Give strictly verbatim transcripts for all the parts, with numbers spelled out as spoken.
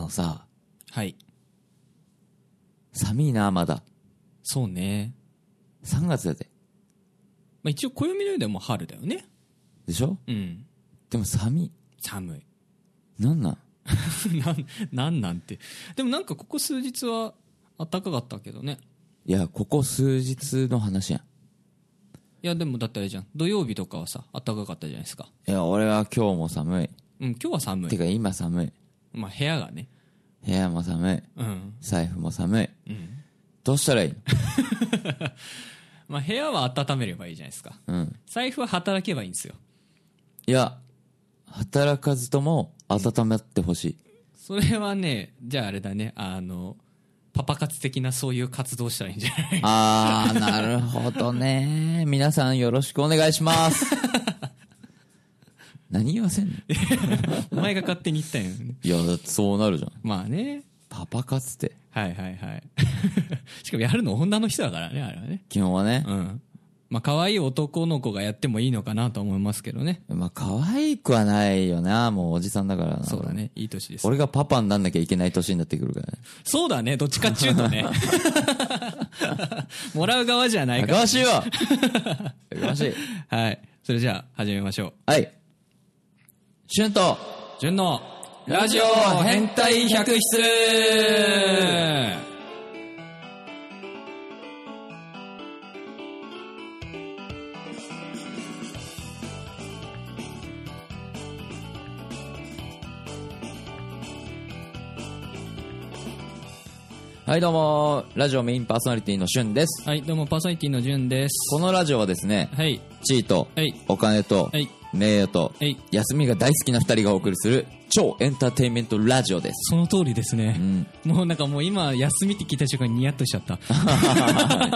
のさ、 はい。 寒いな、まだ。 そうね。 さんがつだぜ。 まあ、一応暦の上でも春だよね。 でしょ？ うん。 でも寒い。 寒い。 なんなんなん、なんなんて。でもなんかここ数日は暖かかったけどね。 いや、ここ数日の話やん。 いや、でもだってあれじゃん。土曜日とかはさ、暖かかったじゃないですか。 いや、俺は今日も寒い。 うん、今日は寒い。 てか今寒い。 まあ部屋がね。 部屋も寒い。 うん。 財布も寒い。 うん。 どうしたらいいの？ まあ部屋は温めればいいじゃないですか。 うん。 財布は働けばいいんですよ。 いや、働かずとも温めてほしい。 それはね、じゃああれだね、あの、パパ活的なそういう活動したらいいんじゃない？ あー、なるほどね。皆さんよろしくお願いします。何言わせんの？ お前が勝手に言ったんよね。 いや、だってそうなるじゃん。 まあね。 パパ活って。 はいはいはい。しかもやるの女の人だからね、あれはね。 基本はね。 うん。まあ可愛い男の子がやってもいいのかなと思いますけどね。 まあ可愛くはないよな。もうおじさんだからな。 そうだね。いい年です。 俺がパパになんなきゃいけない年になってくるからね。 そうだね。どっちかっちゅうとね。もらう側じゃないから、 やかましいわ。やかましい。 はい。それじゃあ始めましょう。 はい。シュンと、 純のラジオ変態百室。 はいどうも、ラジオメインパーソナリティのシュンです。 はい、どうもパーソナリティの純です。 このラジオはですね、 はい。 地位と、 はい。 お金と、 はい。 名誉と、 はい。 休みが大好きな二人がお送りする超エンターテインメントラジオです。 その通りですね。 うん。 もうなんかもう今、休みって聞いた瞬間にニヤッとしちゃった。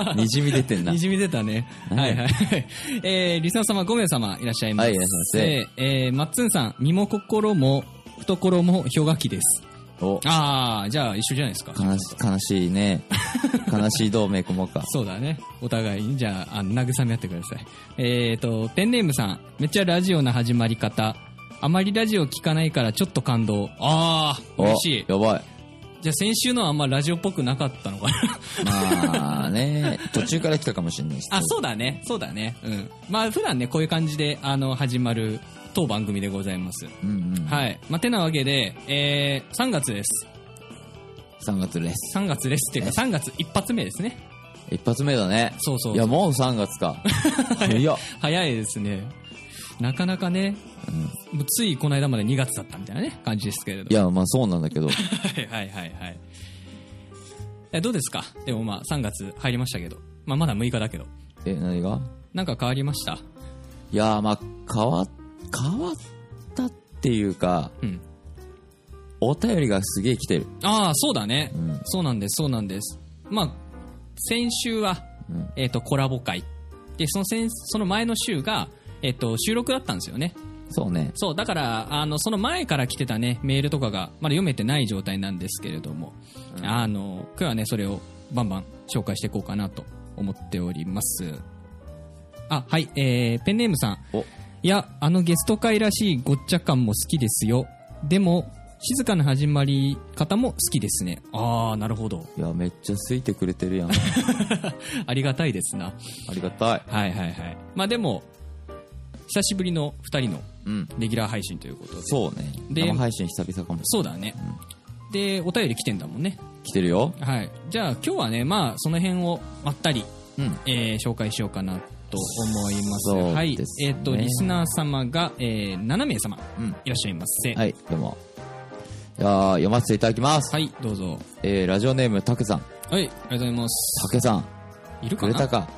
にじみ出てんな。 にじみ出たね。 はいはいはい。えー、リスナー様ご名様いらっしゃいます。 はいいらっしゃいませえー、マッツンさん、身も心も懐も氷河期です。 お、 あー、じゃあ一緒じゃないですか。 悲し悲しいね。悲しい同盟組もうか。 そうだね。お互いに、じゃあ、あの慰め合ってください。えーと、ペンネームさん、めっちゃラジオな始まり方。あまりラジオ聞かないからちょっと感動。あー、嬉しい。 やばい。 じゃあ先週のはあんまラジオっぽくなかったのかな。 まあね、途中から来たかもしれないし。 あ、そうだね。そうだね。うん。まあ普段ね、こういう感じで、あの、始まる当番組でございます。 うんうん。 はい。まあ、てなわけで、えー、さんがつです。 さんがつです。 さんがつですっていうかさんがつ一発目ですね。 一発目だね。 そうそうそう。 いや、もうさんがつか。いや。 早いですね。なかなかね、 うん、 もうついこの間までにがつだったみたいなね、感じですけれど。 いや、まあそうなんだけど。 はいはいはいはい。え、どうですか？でもまあさんがつ入りましたけど。まあまだむいかだけど。 え、何が？ なんか変わりました？ いや、まあ、変わ、変わったっていうか、 うん。 お便りがすげえ来てる。 ああ、そうだね、 うん。 そうなんです、そうなんです。まあ、先週は、うん、えっ、ー、と、コラボ会。で、その先、その前の週が、えっ、ー、と、収録だったんですよね。 そうね。 そう、だから、あの、その前から来てたね、メールとかが、まだ読めてない状態なんですけれども、うん、あの、今日はね、それをバンバン紹介していこうかなと思っております。あ、はい、えー、ペンネームさん。 お。 いや、あのゲスト会らしいごっちゃ感も好きですよ。でも、静かな始まり方も好きですね。あー、なるほど。 いや、めっちゃ好いてくれてるやん。 ありがたいですな。 ありがたい。 はいはいはい。まあでも、久しぶりのふたりのレギュラー配信ということで。うん、 そうね。生配信久々かも。 そうだね、うん。で、お便り来てんだもんね。 来てるよ。 はい。じゃあ今日はね、まあその辺をまったり、 うん、 えー、紹介しようかなと思います。 そうですね。 はい。えっ、ー、と、リスナー様が、えー、ななめい様、 うん、 いらっしゃいます。 はい、どうも。いやー、読ませていただきます。 はい、どうぞ。 えー、ラジオネーム、たけさん。 はい、ありがとうございます。 たけさん。 いるかな？ くれたか。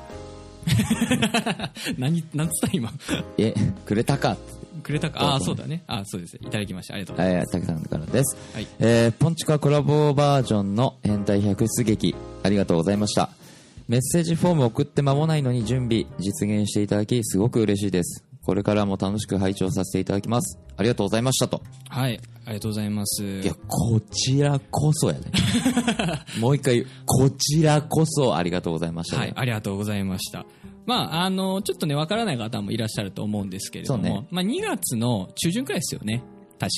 何、なんつった今。 え、くれたか。 くれたか。ああ、そうだね。あそうです。いただきました。ありがとうございます。 はい、たけさんからです。 はい。 えー、ポンチカコラボバージョンの変態百出劇、ありがとうございました。メッセージフォーム送って間もないのに準備、実現していただき、すごく嬉しいです。これからも楽しく拝聴させていただきます。ありがとうございましたと。 はい、ありがとうございます。 いや、こちらこそやね。もう一回言う。こちらこそありがとうございました、ね。 はい、ありがとうございました。まあ、あの、ちょっとね、わからない方もいらっしゃると思うんですけれども、 そうね、 まあ、にがつの中旬くらいですよね。確か。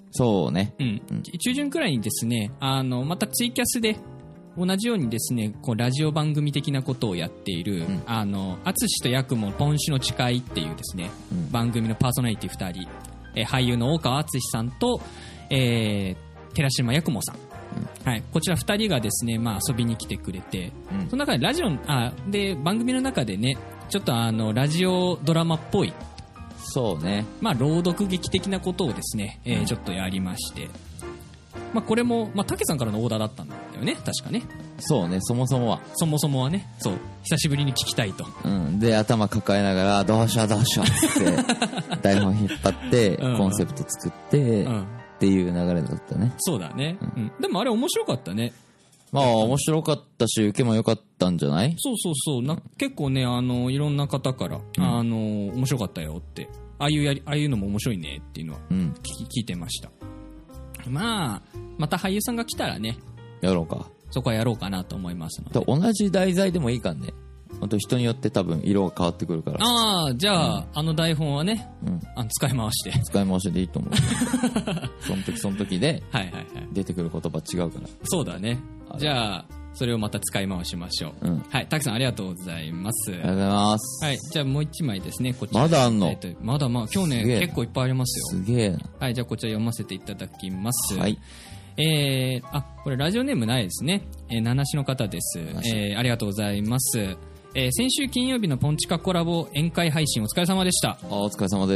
そうね。 うん。中旬くらいにですね、あの、またツイキャスで、同じようにですね、こう、ラジオ番組的なことをやっている、うん、あの、アツシとヤクモポンシュの誓いっていうですね、うん、番組のパーソナリティふたり、えー、俳優の大川敦さんと、えー、寺島ヤクモさん。うん、はい。こちらふたりがですね、まあ遊びに来てくれて、うん、その中でラジオ、あ、で、番組の中でね、ちょっとあの、ラジオドラマっぽい、 そうね。 まあ、朗読劇的なことをですね、えー、ちょっとやりまして。まあ、これも、まあ、竹さんからのオーダーだったんだよね、確かね。 そうね、そもそもは。 そもそもはね、そう、久しぶりに聞きたいと。 うん。で、頭抱えながら、どうしようどうしようって、台本引っ張って、うん、コンセプト作って、うん、っていう流れだったね。 そうだね。うん。でもあれ面白かったね。 まあ、面白かったし、受けも良かったんじゃない？ そうそうそう。な結構ね、あの、いろんな方から、うん、あの、面白かったよって、ああいうやり、ああいうのも面白いねっていうのは聞、うん、聞いてました。まあ、また俳優さんが来たらね、 やろうか。 そこはやろうかなと思いますので。 同じ題材でもいいからね。本当人によって多分色が変わってくるから。 ああ、じゃあ、うん、あの台本はね、うん、あの使い回して。 使い回してでいいと思う。その時その時で、 はいはいはい。 出てくる言葉違うから。 そうだね。じゃあ、それをまた使い回しましょう。うん、はい、たくさんありがとうございます。 ありがとうございます。 はい、じゃあもう一枚ですね、こちら。 まだあんの？ まだまあ、今日ね、結構いっぱいありますよ。すげえな。 はい、じゃあこちら読ませていただきます。 はい。 えー、あ、これラジオネームないですね。えー、七種の方です。えー、ありがとうございます。えー、先週金曜日のポンチカコラボ宴会配信お疲れ様でした。 あ、お疲れ様です。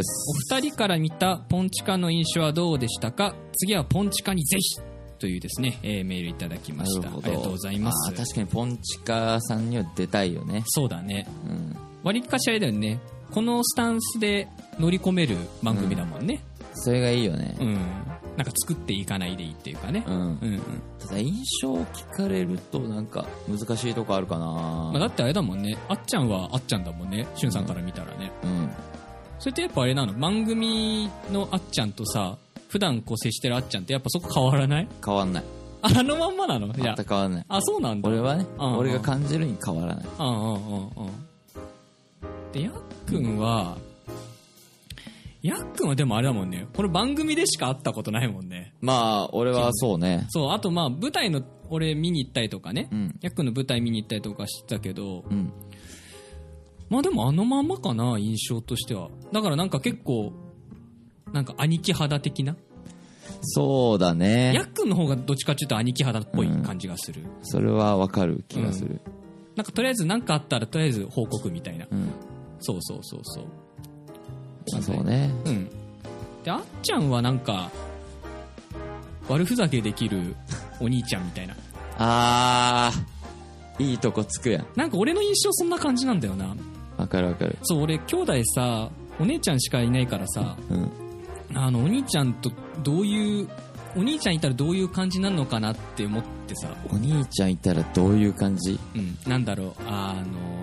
お二人から見たポンチカの印象はどうでしたか？次はポンチカにぜひというですね、えー、メールいただきました。ありがとうございます。 あ、確かにポンチカさんには出たいよね。 そうだね。うん。割りかしあれだよね。このスタンスで乗り込める番組だもんね。 うん、それがいいよね。 うん。なんか作っていかないでいいっていうかね。うん。うんうん。 ただ印象を聞かれるとなんか難しいとこあるかな。 まあ、だってあれだもんね。あっちゃんはあっちゃんだもんね。しゅんさんから見たらね。うん。うん、それってやっぱあれなの？番組のあっちゃんとさ、普段こう接してるあっちゃんってやっぱそこ変わらない？ 変わんない。 あのまんまなの？ 全く変わらない。 あ、そうなんだ。 俺はね、うんうん、俺が感じるに変わらない。 うんうんうんうん。で、やっくんは、やっくんはでもあれだもんね。この番組でしか会ったことないもんね。 まあ、俺はそうね。 そう、あとまあ、舞台の、俺見に行ったりとかね。うん、やっくんの舞台見に行ったりとかしてたけど、うん、まあでもあのまんまかな、印象としては。だからなんか結構、なんか兄貴肌的な。 そうだね。 やっくんの方がどっちかっていうと兄貴肌っぽい感じがする。うん、 それはわかる気がする、うん。 なんかとりあえず何かあったらとりあえず報告みたいな。うん、そうそうそうそう。 まあ、そうね。 うん。で、あっちゃんはなんか、悪ふざけできるお兄ちゃんみたいな。 あー、いいとこつくやん。 なんか俺の印象そんな感じなんだよな。 わかるわかる。 そう、俺兄弟さ、お姉ちゃんしかいないからさ、うん、あの、お兄ちゃんとどういう、お兄ちゃんいたらどういう感じなのかなって思ってさ。 お兄ちゃんいたらどういう感じ？ うん、なんだろう、あ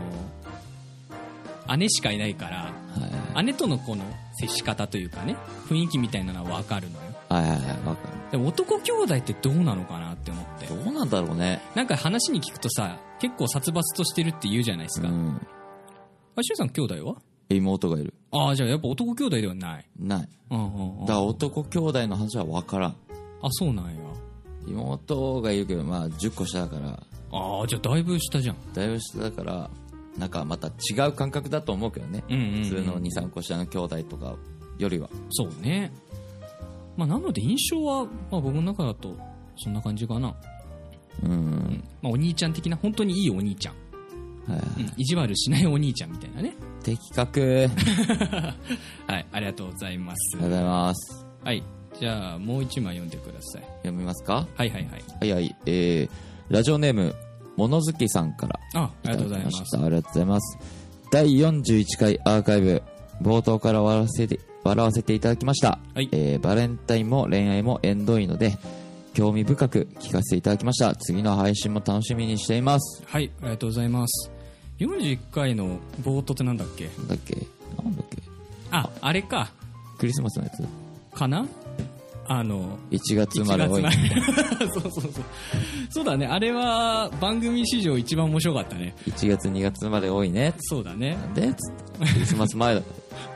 の、姉しかいないから、はい、姉とのこの接し方というかね、雰囲気みたいなのは分かるのよ。 はいはいはい、分かる。 でも男兄弟ってどうなのかなって思って。 どうなんだろうね。 なんか話に聞くとさ、結構殺伐としてるって言うじゃないですか。うん。あ、しゅんさん兄弟は？ 妹がいる。 ああ、じゃあやっぱ男兄弟ではない。 ない。うんうんうん。だから男兄弟の話は分からん。 あ、そうなんや。 妹がいるけど、まあじゅっこ下だから。 ああ、じゃあだいぶ下じゃん。 だいぶ下だから、なんかまた違う感覚だと思うけどね。うんうんうんうん、普通のに、さんこ下の兄弟とかよりは。 そうね。まあなので印象は、まあ僕の中だとそんな感じかな。うん。うん、まあお兄ちゃん的な、本当にいいお兄ちゃん。はいはい、うん。意地悪しないお兄ちゃんみたいなね。 的確。 はい、ありがとうございます。 ありがとうございます。 はい。じゃあもう一枚読んでください。 読みますか？ はいはいはい。 はいはい。えー、ラジオネーム、ものづきさんからいただきました。あ、ありがとうございます。ありがとうございます。だいよんじゅういっかいアーカイブ、冒頭から笑わせて、笑わせていただきました。はい。えー、バレンタインも恋愛も縁遠いので、興味深く聞かせていただきました。次の配信も楽しみにしています。 はい、ありがとうございます。よんじゅういっかいの冒頭ってなんだっけ？ なんだっけなんだっけあ、あれか。 クリスマスのやつかな？ あのいちがつ生まれ多い。 そうそうそう。そうだね。あれは番組史上一番面白かったね。 いちがつにがつ生まれ多いね。 そうだね。 なんでつってクリスマス前だから。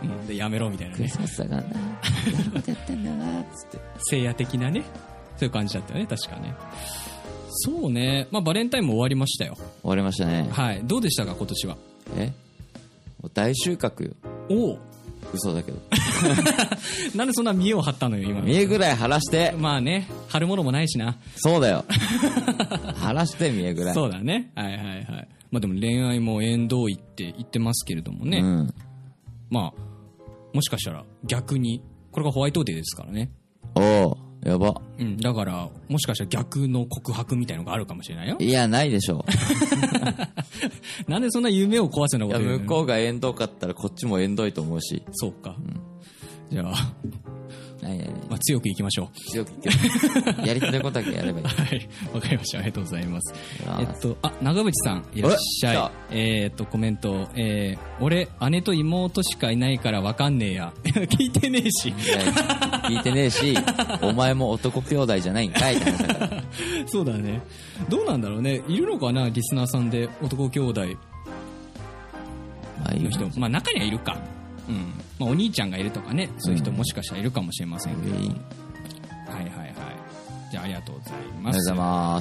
うん、でやめろみたいなね。 クリスマスだからな。やることやってんだよなつって。 聖夜的なね。そういう感じだったよね、確かね。そうね。まあバレンタインも終わりましたよ。 終わりましたね。 はい。どうでしたか今年は。 え？もう大収穫よ。 おお。 嘘だけど。 なんでそんな見栄を張ったのよ今。 見栄ぐらい晴らして。 まあね、張るものもないしな。 そうだよ。晴らして見栄ぐらい。 そうだね。はいはいはい。まあでも恋愛も縁遠いって言ってますけれどもね。うん、まあもしかしたら逆にこれがホワイトデーですからね。 おお。やば。 うん、だからもしかしたら逆の告白みたいのがあるかもしれないよ。 いやないでしょう。なんでそんな夢を壊すようなこと言うの？ いや向こうが縁遠かったらこっちも縁遠いと思うし。 そうか、うん、じゃあないないない、 まあ、強くいきましょう。 強くいきましょう。やりたいことだけやればいい。 はいわかりました。ありがとうございます。えっとあ長渕さんいらっしゃい。えー、っとコメント、えー、俺姉と妹しかいないからわかんねえや。聞いてねえし。 聞いてねえしお前も男兄弟じゃないんかいって話だから。 そうだね。どうなんだろうね。いるのかなリスナーさんで男兄弟の人。まあ中にはいるか。うん。まあお兄ちゃんがいるとかね、そういう人もしかしたらいるかもしれませんけど、うん、はいはいはい。じゃあありがとうございます。ありがとうございます。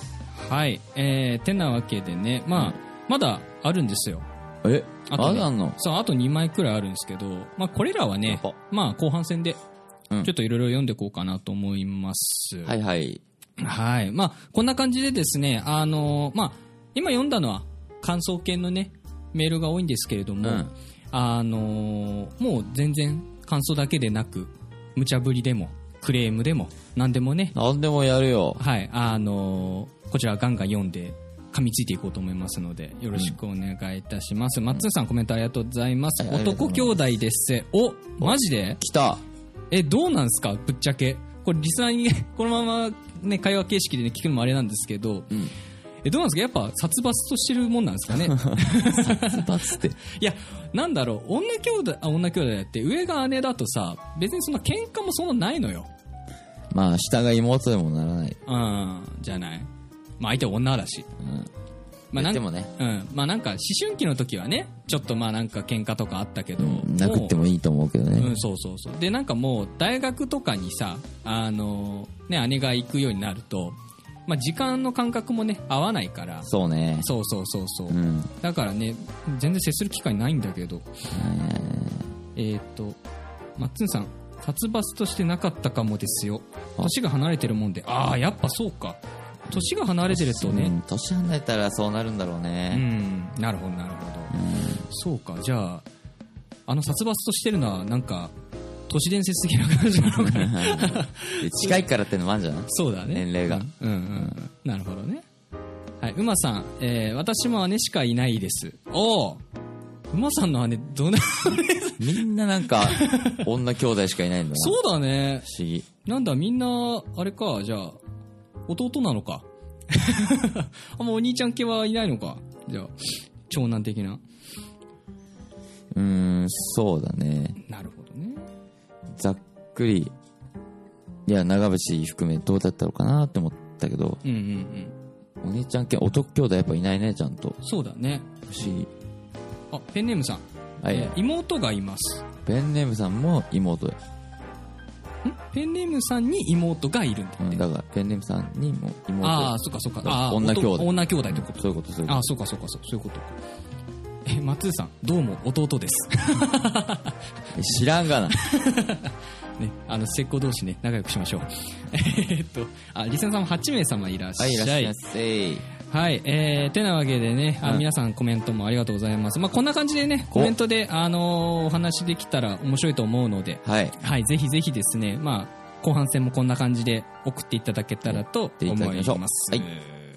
はい、えー、てなわけでね、まあまだあるんですよ。 え、 あと、ね、 まだあんの？ そう、あとにまいくらいあるんですけど、まあこれらはね、まあ後半戦でちょっといろいろ読んでいこうかなと思います。 はいはい。 はい。まあこんな感じでですね、あのー、まあ今読んだのは感想系のねメールが多いんですけれども。うん、あのー、もう全然感想だけでなく無茶ぶりでもクレームでも何でもね、 何でもやるよ。 はい、あのー、こちらガンガン読んで噛みついていこうと思いますのでよろしくお願いいたします。うん、マッツンさんコメントありがとうございます。男兄弟ですおマジで来た。 えどうなんすかぶっちゃけこれリスナーにこのままね会話形式で、ね、聞くのもあれなんですけど、うん、えどうなんですかやっぱ殺伐としてるもんなんですかね。 殺伐っていやなんだろう女兄弟あ女兄弟だって上が姉だとさ別にそんな喧嘩もそんなないのよ。 まあ下が妹でもならない。 うんじゃない。まあ相手は女だし、うんまあ、なんでもね、 うん、まあなんか思春期の時はねちょっとまあなんか喧嘩とかあったけど、うん、 なくってもいいと思うけどね。 うんそうそうそう。でなんかもう大学とかにさあのね姉が行くようになるとまあ、時間の感覚もね合わないから。 そうね。 そうそうそうそう、うん、だからね全然接する機会ないんだけど、えー、っとマッツンさん殺伐としてなかったかもですよ。年が離れてるもんで。ああやっぱそうか年が離れてるとね、 うん、年離れたらそうなるんだろうね。 うんなるほどなるほど、うん、そうか。じゃああの殺伐としてるのはなんか都市伝説的な感じなのかな。 近いからってのもあるんじゃない？ そうだね年齢が、 うんうんうん、なるほどね。はい、馬さん、えー、私も姉しかいないです。おお馬さんの姉どんなみんななんか女兄弟しかいないんだな。 そうだね不思議。 なんだみんなあれかじゃあ弟なのか。あんまお兄ちゃん系はいないのかじゃあ長男的な。 うーんそうだね。 なるほどね。 ざっくりいや長渕含めどうだったのかなって思ったけど、うんうんうん、お兄ちゃん系男兄弟やっぱいないねちゃんと。 そうだね不思議。 あペンネームさん、はい、えー、妹がいます。 ペンネームさんも妹や。 んペンネームさんに妹がいるんだって、うん、 だからペンネームさんにも妹。 ああそっかそっか。あ女兄弟女兄弟ってこと。 そういうことそういうこと。 ああそっかそっかそういうこと。え松井さんどうも弟です。 知らんがな。 ね、あの末っ子同士ね仲良くしましょう。えっとあリスナーさんもはちめい様いらっしゃい。 はいいらっしゃいませ。 はい、えー、てなわけでね、あ、うん、皆さんコメントもありがとうございます。まあこんな感じでねコメントであのー、お話できたら面白いと思うので、はい、はい、ぜひぜひですね、まあ後半戦もこんな感じで送っていただけたらと思います。はい。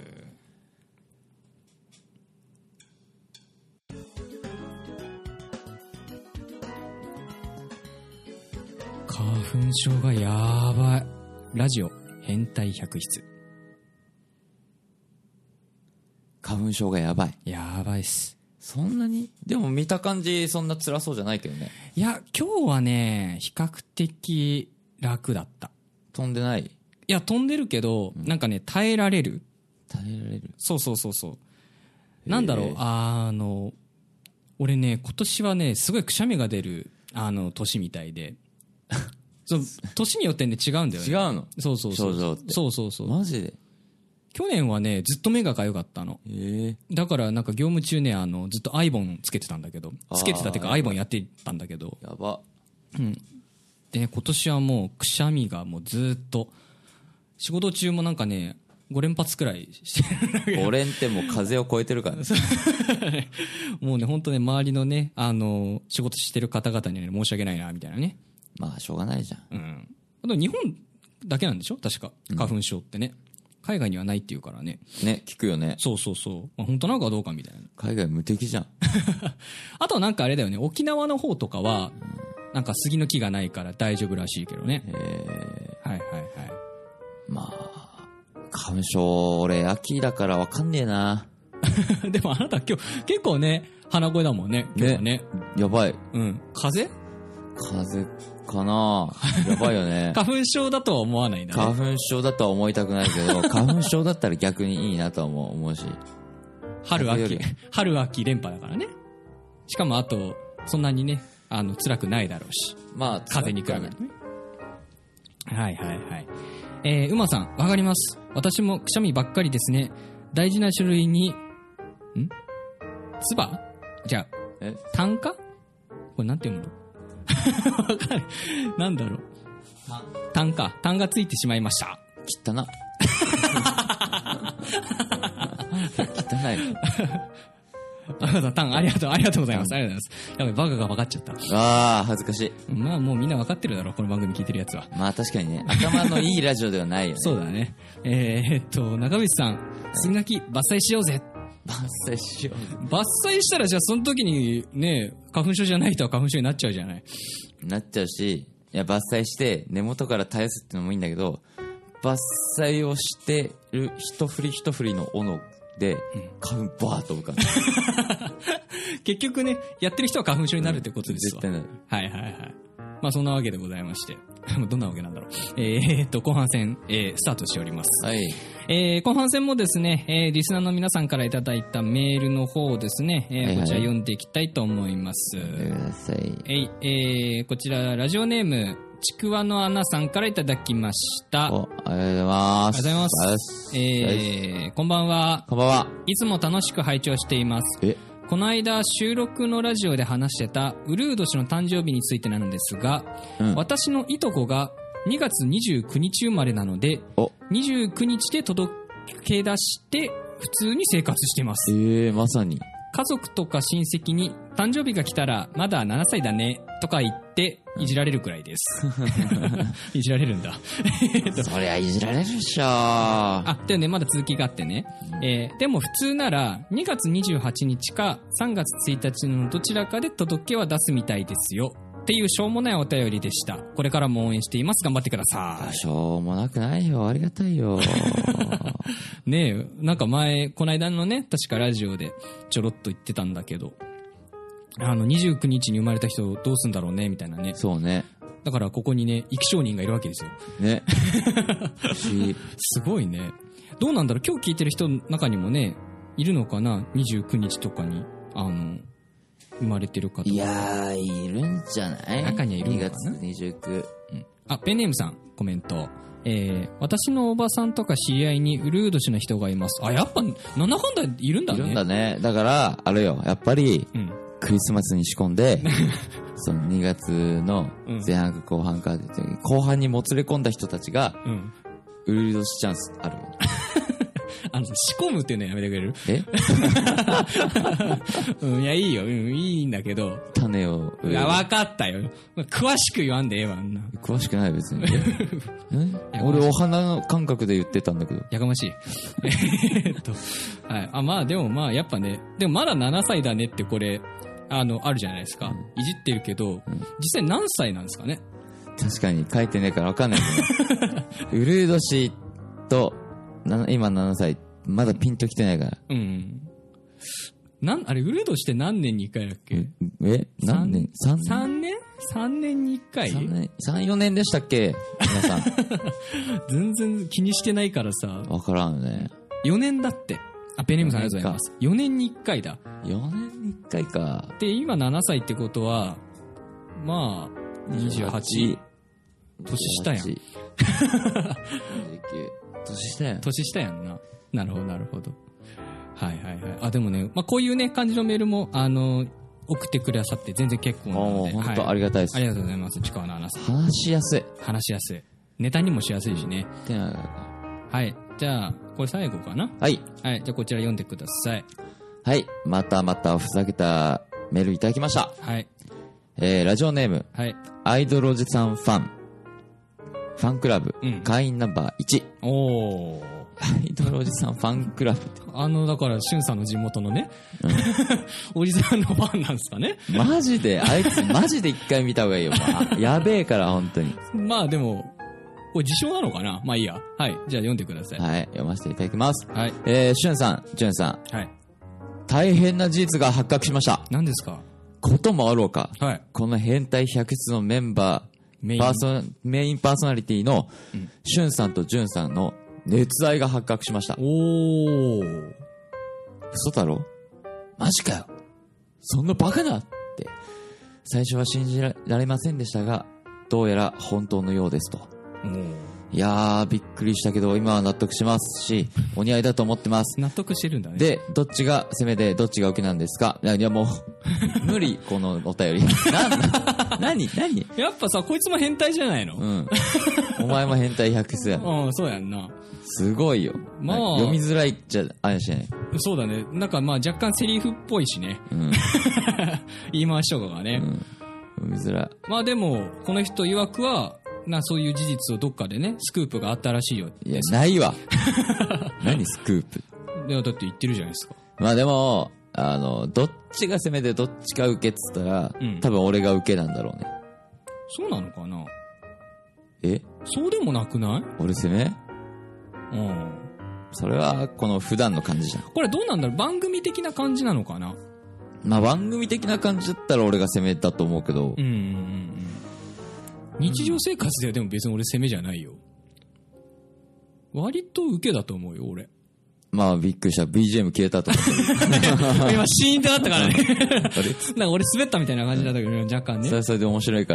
花粉症がやばい。ラジオ変態百室。 花粉症がやばい。 やばいっす。 そんなに？でも見た感じそんな辛そうじゃないけどね。 いや今日はね比較的楽だった。 飛んでない。 いや、飛んでるけど、うん、なんかね、耐えられる。 耐えられる。 そうそうそうそう。なんだろう、あの、俺ね、今年はね、すごいくしゃみが出る、あの、年みたいで。そう、年によってね、違うんだよね。 違うの？ そうそうそう。 症状って。 そうそうそう。 マジで？ 去年はね、ずっと目が痒かったの。 へえ。 だからなんか業務中ね、あの、ずっとアイボンつけてたんだけど、つけてたっていうかアイボンやってたんだけど。 やば。 うん。で、ね、今年はもうくしゃみがもうずっと、仕事中もなんかね、ご連発くらいしてるんだけど。 ご連ってもう風を超えてるからね。 もうね、本当ね、周りのね、あの、仕事してる方々には、ね、申し訳ないな、みたいなね。 まあ、しょうがないじゃん。 うん。あと日本だけなんでしょ確か。花粉症ってね。うん、海外にはないっていうからね。 ね、聞くよね。 そうそうそう。まあ、本当なのかどうかみたいな。 海外無敵じゃん。 あとはなんかあれだよね、沖縄の方とかは、なんか杉の木がないから大丈夫らしいけどね。へー。はいはいはい。まあ、花粉症、俺、秋だからわかんねえな。 でもあなた今日、結構ね、鼻声だもんね、今日はね。ね、 やばい。 うん。風邪？ 風邪かな。やばいよね。 花粉症だとは思わないんだね。 花粉症だとは思いたくないけど、花粉症だったら逆にいいなとは思う、思うし。 春秋、春秋連覇だからね。しかもあと、そんなにね、あの、辛くないだろうし。 まあ、 風に比べるとね。はいはいはい。えー、馬さん、わかります。私もくしゃみばっかりですね。大事な種類に、ん唾？じゃあ、え炭化？これなんて読むの？わかる。なんだろう。炭か。炭がついてしまいました。 汚な。汚い。 あなた、タン、ありがとう、ありがとうございます。ありがとうございます。やばい、バカが分かっちゃった。 ああ、恥ずかしい。 まあ、もうみんな分かってるだろう、この番組聞いてるやつは。 まあ、確かにね。頭のいいラジオではないよね。 そうだね。えー、っと、中渕さん、杉垣伐採しようぜ。 伐採しよう。 伐採したら、じゃあその時にね、花粉症じゃない人は花粉症になっちゃうじゃない。 なっちゃうし、いや、伐採して根元から絶やすってのもいいんだけど、伐採をしてる一振り一振りの斧で、花粉バーッと飛ぶから。 結局ね、やってる人は花粉症になるってことですわ。 絶対なる。 はいはいはい。まあそんなわけでございまして。どんなわけなんだろう。えー、っと、後半戦、えー、スタートしております。 はい。 えー、後半戦もですね、えー、リスナーの皆さんからいただいたメールの方をですね、えーはいはい、こちら読んでいきたいと思います。 読んでください。 えー、えー、こちら、ラジオネーム、ちくわのアナさんからいただきました。 お、ありがとうございます。 ありがとうございます。えー、こんばんは。 こんばんは。 いつも楽しく拝聴しています。えこの間収録のラジオで話してたウルー年の誕生日についてなのですが、うん、私のいとこがにがつにじゅうくにち生まれなので、にじゅうくにちで届け出して普通に生活しています。 えー、まさに。 家族とか親戚に誕生日が来たらまだななさいだねとか言っていじられるくらいです。いじられるんだ。 そりゃいじられるっしょー。 あ、でもね、まだ続きがあってね。えー、でも普通ならにがつにじゅうはちにちかさんがつついたちのどちらかで届けは出すみたいですよ。っていうしょうもないお便りでした。これからも応援しています。頑張ってください。 しょうもなくないよ。ありがたいよ。 ねえ、なんか前、この間のね、確かラジオでちょろっと言ってたんだけど、あの、にじゅうくにちに生まれた人どうすんだろうね、みたいなね。 そうね。 だからここにね、生き証人がいるわけですよ。 ね。 すごいね。どうなんだろう、今日聞いてる人の中にもね、いるのかな ?にじゅうくにちとかに、あの、生まれてる方。 いやー、いるんじゃない中にはいるのかな ?にがつにじゅうく、うん。 あ、ペンネームさん、コメント。えー、私のおばさんとか知り合いにウルー年の人がいます。あ、やっぱ、なんだかんだいるんだね。 いるんだね。だから、あれよ、やっぱり、うん、クリスマスに仕込んで、そのにがつの前半か後半か、うん、後半にもつれ込んだ人たちが、うん、ウルー年チャンスある。 あの、仕込むっていうのやめてくれる？ えうん、いや、いいよ。うん、いいんだけど。 種を。 いや、わかったよ。詳しく言わんでええわ。 詳しくない別に。俺、お花の感覚で言ってたんだけど。 やかましい。えっと、はい。あ、まあ、でもまあ、やっぱね、でもまだななさいだねってこれ、あの、あるじゃないですか。うん、いじってるけど、うん、実際何歳なんですかね？ 確かに書いてねえからわかんないけど。ウルー年と、今ななさい、まだピンときてないから。 うん。 なんあれウルドして何年にいっかいだっけ？ え何年 ?さん 年 ?さん 年 ?さん 年にいっかい ?さん 年 さん、よねんでしたっけ皆さん。 全然気にしてないからさ。 わからんよね。 よねんだって。あ、ペネムさんありがとうございます。よねんにいっかいだ。 よねんにいっかいか。 で、今ななさいってことは、まあ、にじゅうはち。年下やん。 にじゅうはち年下やん。 年下やんな。なるほど、なるほど。はいはいはい。あ、でもね、まあ、こういうね、感じのメールも、あの、送ってくださって全然結構なので。 本当ありがたいです。 ありがとうございます。ちかわのアナさん。 話しやすい。 話しやすい。ネタにもしやすいしね。はい。じゃあ、これ最後かな？ はい。 はい。じゃあ、こちら読んでください。 はい。またまたふざけたメールいただきました。 はい。 えー、ラジオネーム。 はい。 アイドルおじさんファン。ファンクラブ。うん、会員ナンバーいち。 おー。 アイドルおじさんファンクラブ。 あの、だから、しゅんさんの地元のね、うん、おじさんのファンなんですかね。 マジで、あいつマジで一回見た方がいいよ。まあ、やべえから、本当に。 まあでも、これ自称なのかな？まあいいや。はい。じゃあ読んでください。 はい。読ませていただきます。 はい。 えー、しゅんさん、じゅんさん。 はい。 大変な事実が発覚しました。 何ですか？ こともあろうか。 はい。 この変態百出のメンバー、メインパーソ、メインパーソナリティの、しゅんさんとじゅんさんの熱愛が発覚しました。 おー。 嘘だろ？マジかよ。そんなバカなって。最初は信じられませんでしたが、どうやら本当のようですと。いやー、びっくりしたけど、今は納得しますし、お似合いだと思ってます。 納得してるんだね。 で、どっちが攻めで、どっちが受けなんですか？いや、いやもう、無理、このお便り。な、な、なに、なに？ やっぱさ、こいつも変態じゃないの？ うん。お前も変態百出やん。 うん、そうやんな。 すごいよ。まあ、読みづらいっちゃ、あれしない。 そうだね。なんかまあ若干セリフっぽいしね。うん。言い回しとかがね。うん。 読みづらい。 まあでも、この人曰くは、な、そういう事実をどっかでね、スクープがあったらしいよ。 いや、ないわ。何スクープ。 いや、だって言ってるじゃないですか。 まあでも、あの、どっちが攻めでどっちが受けっつったら、うん、多分俺が受けなんだろうね。 そうなのかな？ え？ そうでもなくない？ 俺攻め？ うん。 それは、この普段の感じじゃん。 これどうなんだろう？番組的な感じなのかな？ まあ番組的な感じだったら俺が攻めだと思うけど。 うんうんうん。日常生活ではでも別に俺攻めじゃないよ。割と受けだと思うよ、俺。 まあびっくりした。ビージーエム 消えたと思って。今シーンってなったからね。なんか俺滑ったみたいな感じだったけど、若干ね。 それはそれで面白いから。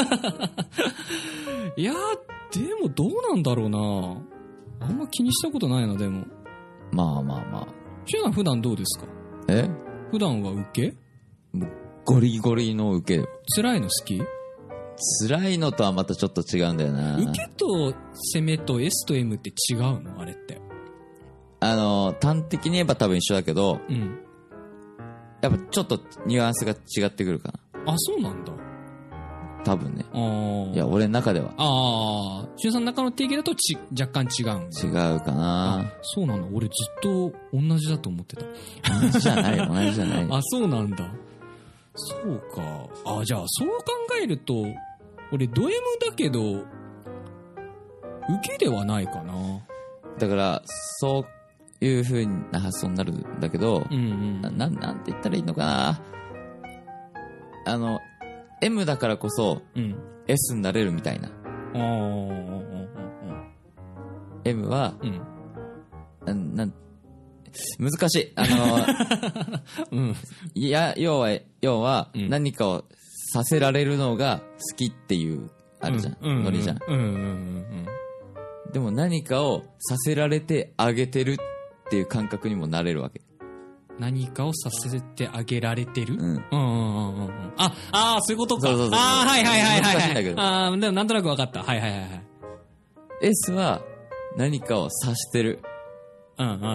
いやー、でもどうなんだろうな。あんま気にしたことないな、でも。 まあまあまあ。 シュナ普段どうですか？ え？ 普段は受け？ ゴリゴリの受け。 辛いの好き？ 辛いのとはまたちょっと違うんだよな。 受けと攻めと S と M って違うの？あれって。 あの、端的に言えば多分一緒だけど、うん。やっぱちょっとニュアンスが違ってくるかな。あ、そうなんだ。 多分ね。 ああ。 いや、俺の中では。 ああ。しゅんさんの中の定義だとち若干違うん。 違うかな。 そうなんだ。俺ずっと同じだと思ってた。 同じじゃない、同じじゃない。 あ、そうなんだ。そうか。あ、じゃあそう考えると、俺ド M だけど、受けではないかな。 だから、そういう風な発想になるんだけど、うんうん、な, な, なんて言ったらいいのかな。あの、M だからこそ、うん、S になれるみたいな。M は、うん、な, なん難しい。あの、うん、いや、要は、要は、何かをさせられるのが好きっていう、あるじゃん。ノリじゃん。でも何かをさせられてあげてるっていう感覚にもなれるわけ。 何かをさせてあげられてる？うん。うんうんうんうん。あ、ああ、そういうことか。 そうそうそう。 ああ、はいはいはいはい。 難しいんだけど。 ああ、でもなんとなく分かった。はいはいはいはい。 S は何かをさしてる。 うんうんうんうん。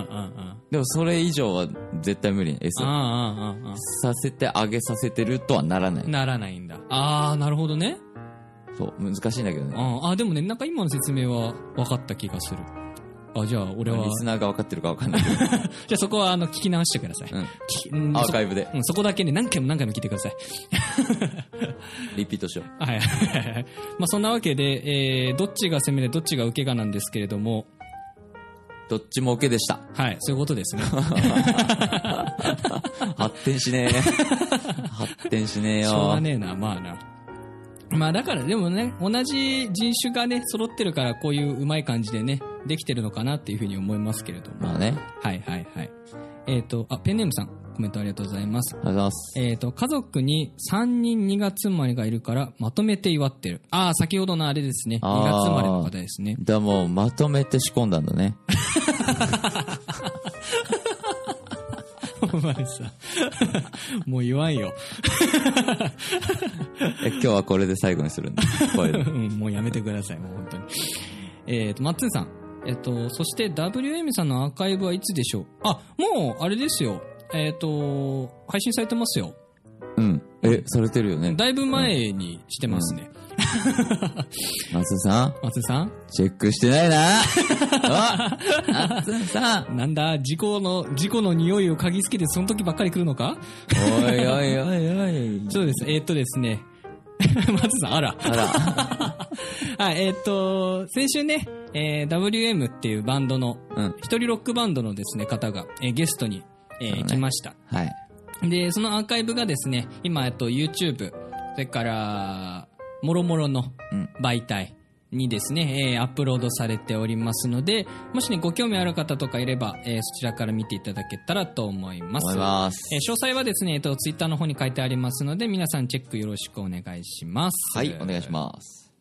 でもそれ以上は絶対無理。S は。 うんうんうんうん。 させてあげさせてるとはならない。 ならないんだ。ああ、なるほどね。 そう、難しいんだけどね。 ああ、でもね、なんか今の説明は分かった気がする。あ、じゃあ俺は。 リスナーが分かってるか分かんないけど。 じゃあそこはあの聞き直してください。 うん。アーカイブで。 うん、そこだけね、何回も何回も聞いてください。 リピートしよう。 はいはいはい。まあそんなわけで、えー、どっちが攻めでどっちが受けがなんですけれども、 どっちも OK でした。 はい、そういうことですね。 発展しねえ。発展しねえよ。 しょうがねえな、まあな。まあだからでもね、同じ人種がね、揃ってるからこういううまい感じでね、できてるのかなっていうふうに思いますけれども。 まあね。 はいはいはい。えっと、あ、ペンネームさん、コメントありがとうございます。 ありがとうございます。 えっと、家族にさんにんにがつ生まれがいるからまとめて祝ってる。ああ、先ほどのあれですね。にがつ生まれの方ですね。 だもうまとめて仕込んだんだね。 お前さ、もう言わんよ。 え、今日はこれで最後にするんだ。これで。 うん、もうやめてください、もう本当に。えっと、マッツンさん。えっと、そして ダブリューエム さんのアーカイブはいつでしょう？あ、もう、あれですよ。えっと、配信されてますよ。 うん。え、されてるよね。 だいぶ前にしてますね。 松さん松さんチェックしてないな。あ松さんなんだ、事故の、事故の匂いを嗅ぎつけてその時ばっかり来るのか？ おいおいおいおい。 そうです。えー、っとですね。松さん、あら。 あら。 はい、えー、っと、先週ね、えー、ダブリューエム っていうバンドの、 うん。 一人ロックバンドのですね、方が、えー、ゲストに、えーそうね来ました。 はい。 で、そのアーカイブがですね、今、えっと、YouTube、それから、もろもろのうん。 媒体にですね、えーアップロードされておりますので、もしね、ご興味ある方とかいれば、えーそちらから見ていただけたらと思います。 思います。 えー詳細はですね、えっと、ツイッターの方に書いてありますので、皆さんチェックよろしくお願いします。 はい、お願いします。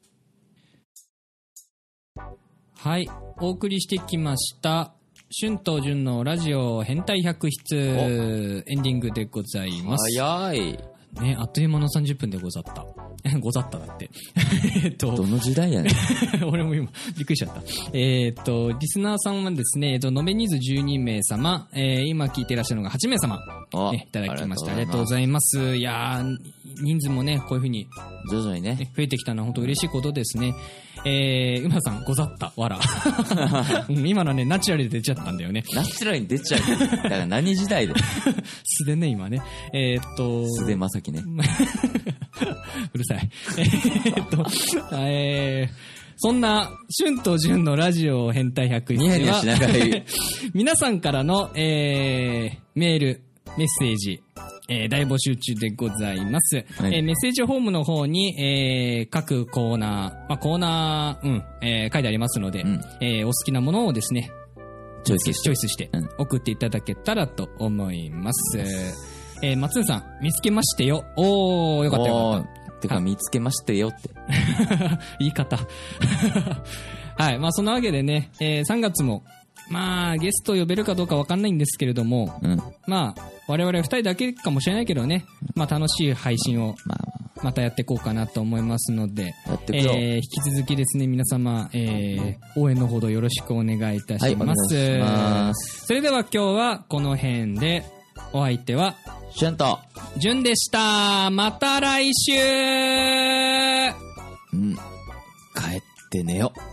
はい、お送りしてきました。春と純のラジオ変態百室エンディングでございます。 早い。 ね、あっという間のさんじゅっぷんでござった。ござっただって。えっとど、の時代やねん。 俺も今、びっくりしちゃった。えーっと、リスナーさんはですね、えっと、延べ人数じゅうにめい様、えー、今聞いていらっしゃるのがはちめい様、 おね、いただきました。あありがとうごりがとうございます。いやー、人数もね、こういう風に、 徐々にね。 ね、増えてきたのは本当嬉しいことですね。えー、馬さん、ござった、わら。うん今のはね、ナチュラルで出ちゃったんだよね。 ナチュラルに出ちゃう。だから何時代で。 素でね、今ね。えーっと、 素でまさきね。 うるさい。えーっと、えー、そんな、春と純のラジオ変態百室ニヤニヤしながら言う。 皆さんからの、えー、メール、メッセージ、えー、大募集中でございます。 はいえーメッセージフォームの方に、えー、各コーナー、まあ、コーナー、うん、えー、書いてありますので、 うんえー、お好きなものをですね、 チョイスしてチョイスしてうん送っていただけたらと思います。えー、松野さん、見つけましてよ。おー、よかったよかおっーてか見つけましてよって。 た。言い方。はい、まあそのわけでね、えー、さんがつも、まあゲスト呼べるかどうかわかんないんですけれども、 うん。 まあ我々ふたりだけかもしれないけどね、まあ楽しい配信をまあ、 またやっていこうかなと思いますので、 やっていくぞえー引き続きですね、皆様、えー、応援のほどよろしくお願いいたします。 はいお願いしますそれでは今日はこの辺で、お相手は、 シュンと、 じゅんでした。また来週。 うん。帰って寝よ。